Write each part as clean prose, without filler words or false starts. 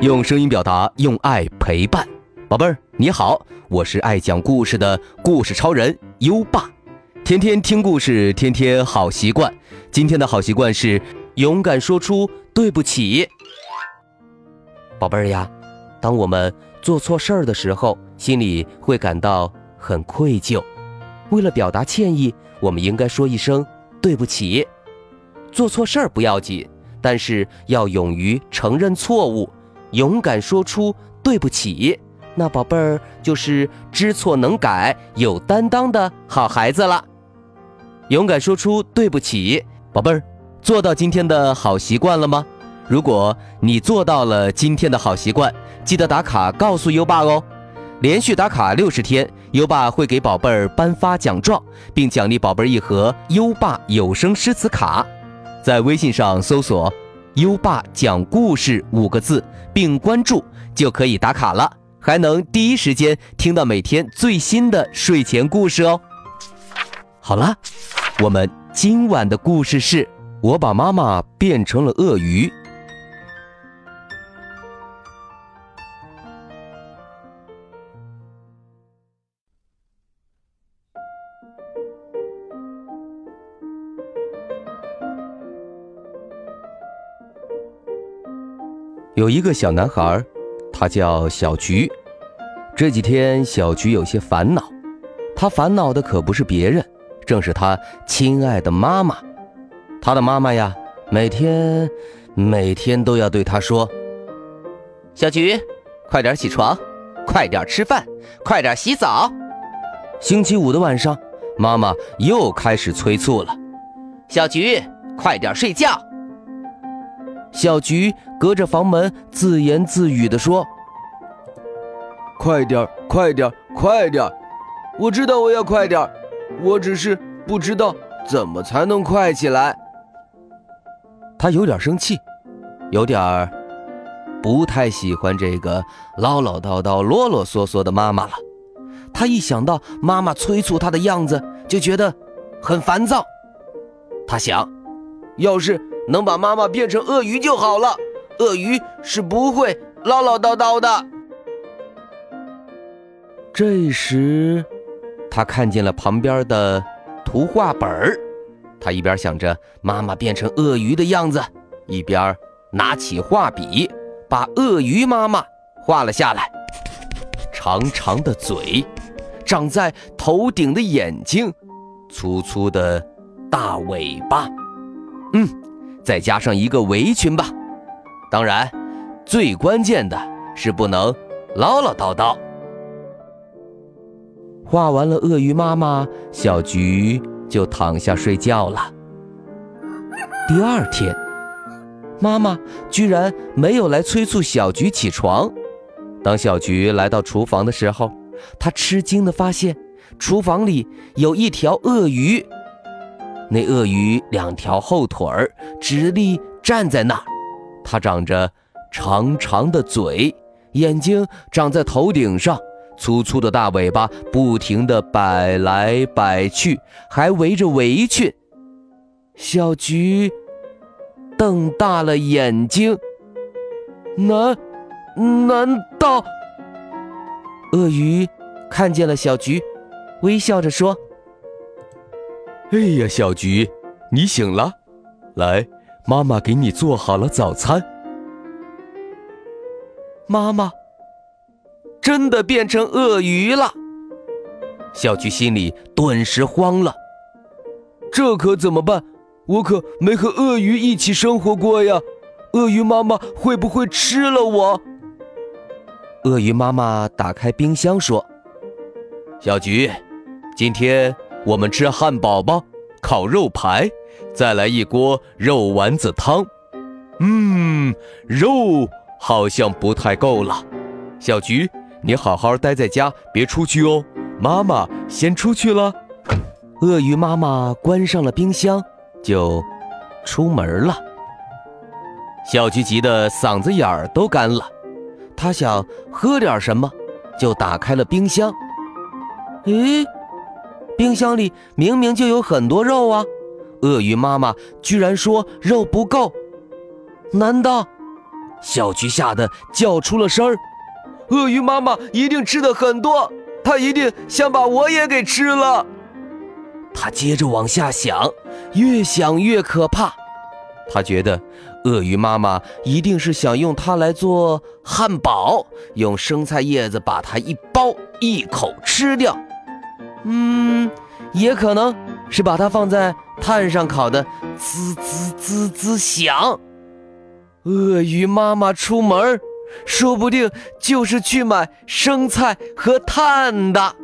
用声音表达，用爱陪伴。宝贝儿，你好，我是爱讲故事的故事超人优爸。天天听故事，天天好习惯。今天的好习惯是勇敢说出对不起。宝贝儿呀，当我们做错事儿的时候，心里会感到很愧疚。为了表达歉意，我们应该说一声对不起。做错事儿不要紧，但是要勇于承认错误，勇敢说出对不起。那宝贝儿就是知错能改、有担当的好孩子了。勇敢说出对不起，宝贝儿，做到今天的好习惯了吗？如果你做到了今天的好习惯，记得打卡告诉优爸哦。连续打卡60天，优爸会给宝贝儿颁发奖状，并奖励宝贝儿一盒优爸有声诗词卡。在微信上搜索优爸讲故事5个字并关注，就可以打卡了，还能第一时间听到每天最新的睡前故事哦。好了，我们今晚的故事是我把妈妈变成了鳄鱼。有一个小男孩，他叫小菊。这几天小菊有些烦恼，他烦恼的可不是别人，正是他亲爱的妈妈。他的妈妈呀，每天都要对他说：小菊，快点起床，快点吃饭，快点洗澡。星期5的晚上，妈妈又开始催促了：小菊，快点睡觉。小菊隔着房门自言自语地说：快点，快点，快点！我知道我要快点，我只是不知道怎么才能快起来。他有点生气，有点不太喜欢这个唠唠叨叨、啰啰嗦嗦的妈妈了。他一想到妈妈催促他的样子，就觉得很烦躁。他想，要是能把妈妈变成鳄鱼就好了，鳄鱼是不会唠唠叨叨的。这时，他看见了旁边的图画本，他一边想着妈妈变成鳄鱼的样子，一边拿起画笔，把鳄鱼妈妈画了下来。长长的嘴，长在头顶的眼睛，粗粗的大尾巴，再加上一个围裙吧。当然，最关键的是不能唠唠叨叨。画完了鳄鱼妈妈，小菊就躺下睡觉了。第二天，妈妈居然没有来催促小菊起床。当小菊来到厨房的时候，她吃惊地发现厨房里有一条鳄鱼。那鳄鱼2条后腿直立站在那儿，它长着长长的嘴，眼睛长在头顶上，粗粗的大尾巴不停地摆来摆去，还围着围裙。小菊瞪大了眼睛，难道……鳄鱼看见了小菊，微笑着说：哎呀，小菊，你醒了，来，妈妈给你做好了早餐。妈妈真的变成鳄鱼了，小菊心里顿时慌了。这可怎么办？我可没和鳄鱼一起生活过呀，鳄鱼妈妈会不会吃了我？鳄鱼妈妈打开冰箱说：小菊，今天我们吃汉堡包、烤肉排，再来一锅肉丸子汤。肉好像不太够了。小菊，你好好待在家，别出去哦。妈妈先出去了。鳄鱼妈妈关上了冰箱，就出门了。小菊急得嗓子眼儿都干了，她想喝点什么，就打开了冰箱。咦，冰箱里明明就有很多肉啊，鳄鱼妈妈居然说肉不够，难道小菊吓得叫出了声儿：“鳄鱼妈妈一定吃的很多，她一定想把我也给吃了。”他接着往下想，越想越可怕。他觉得鳄鱼妈妈一定是想用它来做汉堡，用生菜叶子把它一包，一口吃掉。也可能是把它放在炭上烤的滋滋滋滋响。鳄鱼妈妈出门，说不定就是去买生菜和炭的。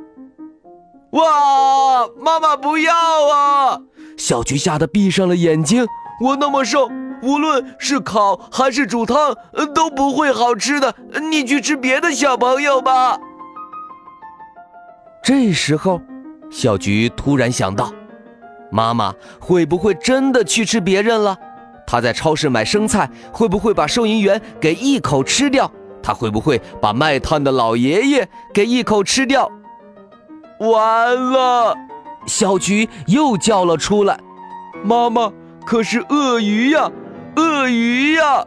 哇，妈妈不要啊！小菊吓得闭上了眼睛。我那么瘦，无论是烤还是煮汤，都不会好吃的。你去吃别的小朋友吧。这时候，小菊突然想到，妈妈会不会真的去吃别人了？她在超市买生菜，会不会把收银员给一口吃掉？她会不会把卖炭的老爷爷给一口吃掉？完了！小菊又叫了出来：“妈妈，可是鳄鱼呀，鳄鱼呀！”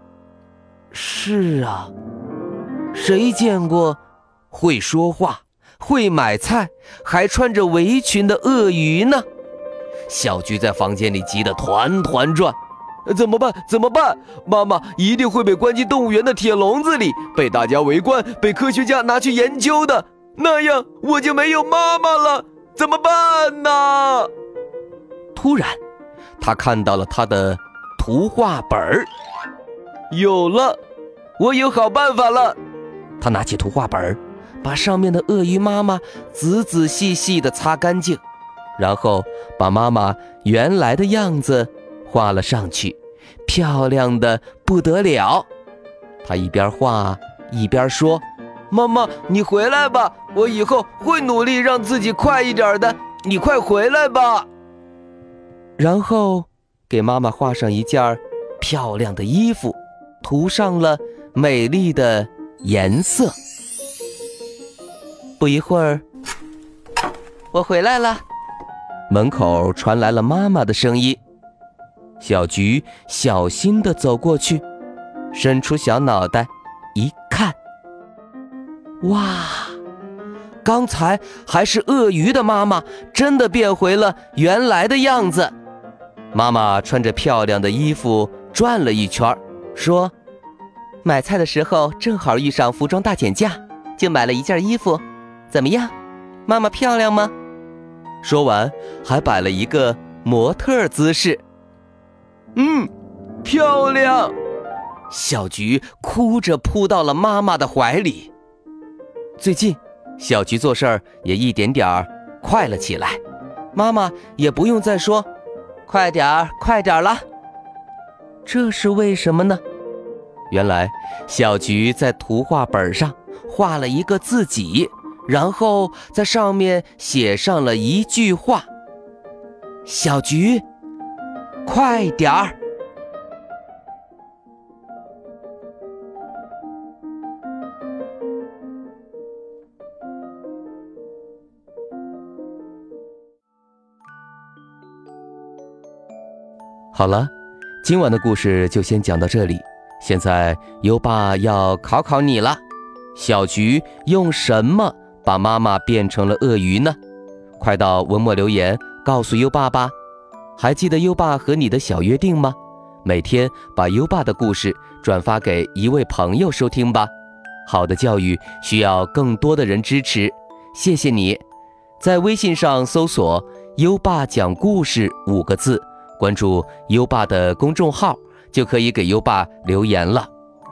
是啊，谁见过会说话、会买菜，还穿着围裙的鳄鱼呢？小菊在房间里急得团团转。怎么办？怎么办？妈妈一定会被关进动物园的铁笼子里，被大家围观，被科学家拿去研究的。那样我就没有妈妈了，怎么办呢？突然，他看到了他的图画本。有了，我有好办法了。他拿起图画本，把上面的鳄鱼妈妈仔仔细细地擦干净，然后把妈妈原来的样子画了上去，漂亮的不得了。他一边画一边说：“妈妈，你回来吧，我以后会努力让自己快一点的，你快回来吧。”然后给妈妈画上一件漂亮的衣服，涂上了美丽的颜色。不一会儿，我回来了，门口传来了妈妈的声音。小菊小心地走过去，伸出小脑袋一看，哇，刚才还是鳄鱼的妈妈真的变回了原来的样子。妈妈穿着漂亮的衣服转了一圈，说：“买菜的时候正好遇上服装大减价，就买了一件衣服，怎么样？妈妈漂亮吗？”说完还摆了一个模特姿势。漂亮！小菊哭着扑到了妈妈的怀里。最近小菊做事儿也一点点快了起来，妈妈也不用再说快点儿快点儿了。这是为什么呢？原来小菊在图画本上画了一个自己，然后在上面写上了一句话：“小菊，快点儿。”好了，今晚的故事就先讲到这里。现在优爸要考考你了，小菊用什么把妈妈变成了鳄鱼呢？快到文末留言告诉优爸吧。还记得优爸和你的小约定吗？每天把优爸的故事转发给一位朋友收听吧。好的教育需要更多的人支持，谢谢你。在微信上搜索优爸讲故事5个字，关注优爸的公众号，就可以给优爸留言了。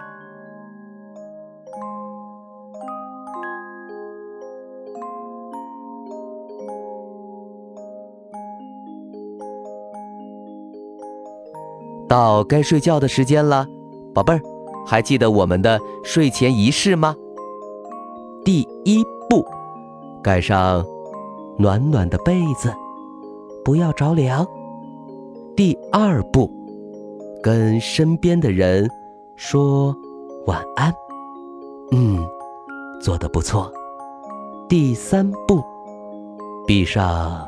到该睡觉的时间了，宝贝儿，还记得我们的睡前仪式吗？第1步，盖上暖暖的被子，不要着凉。第2步，跟身边的人说晚安。做得不错。第3步，闭上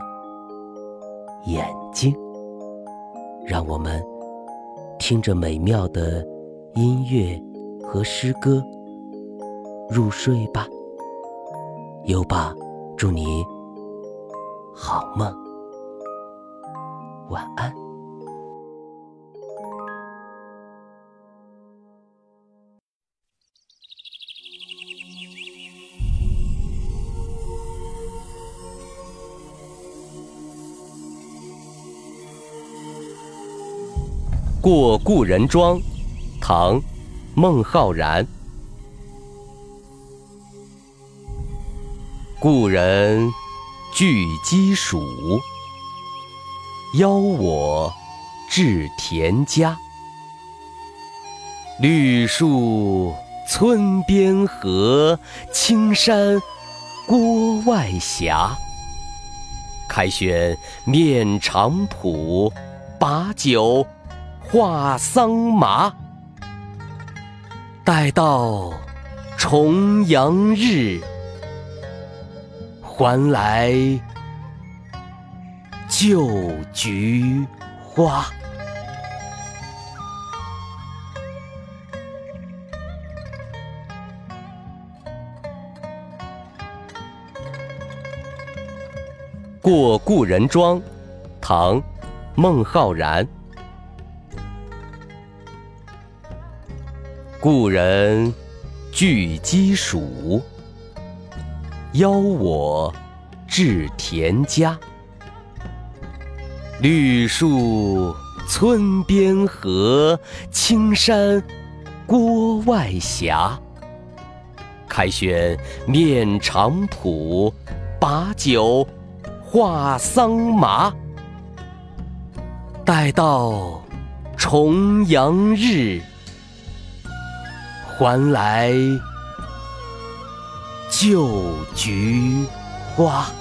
眼睛，让我们听着美妙的音乐和诗歌，入睡吧。优爸祝你好梦，晚安。过故人庄，唐·孟浩然。故人具鸡黍，邀我至田家。绿树村边合，青山郭外斜。开选面场圃，把酒话桑麻。待到重阳日，还来就菊花。过故人庄，唐·孟浩然。故人具鸡黍，邀我至田家。绿树村边合，青山郭外斜。开选面场圃，把酒话桑麻。待到重阳日，还来就菊花。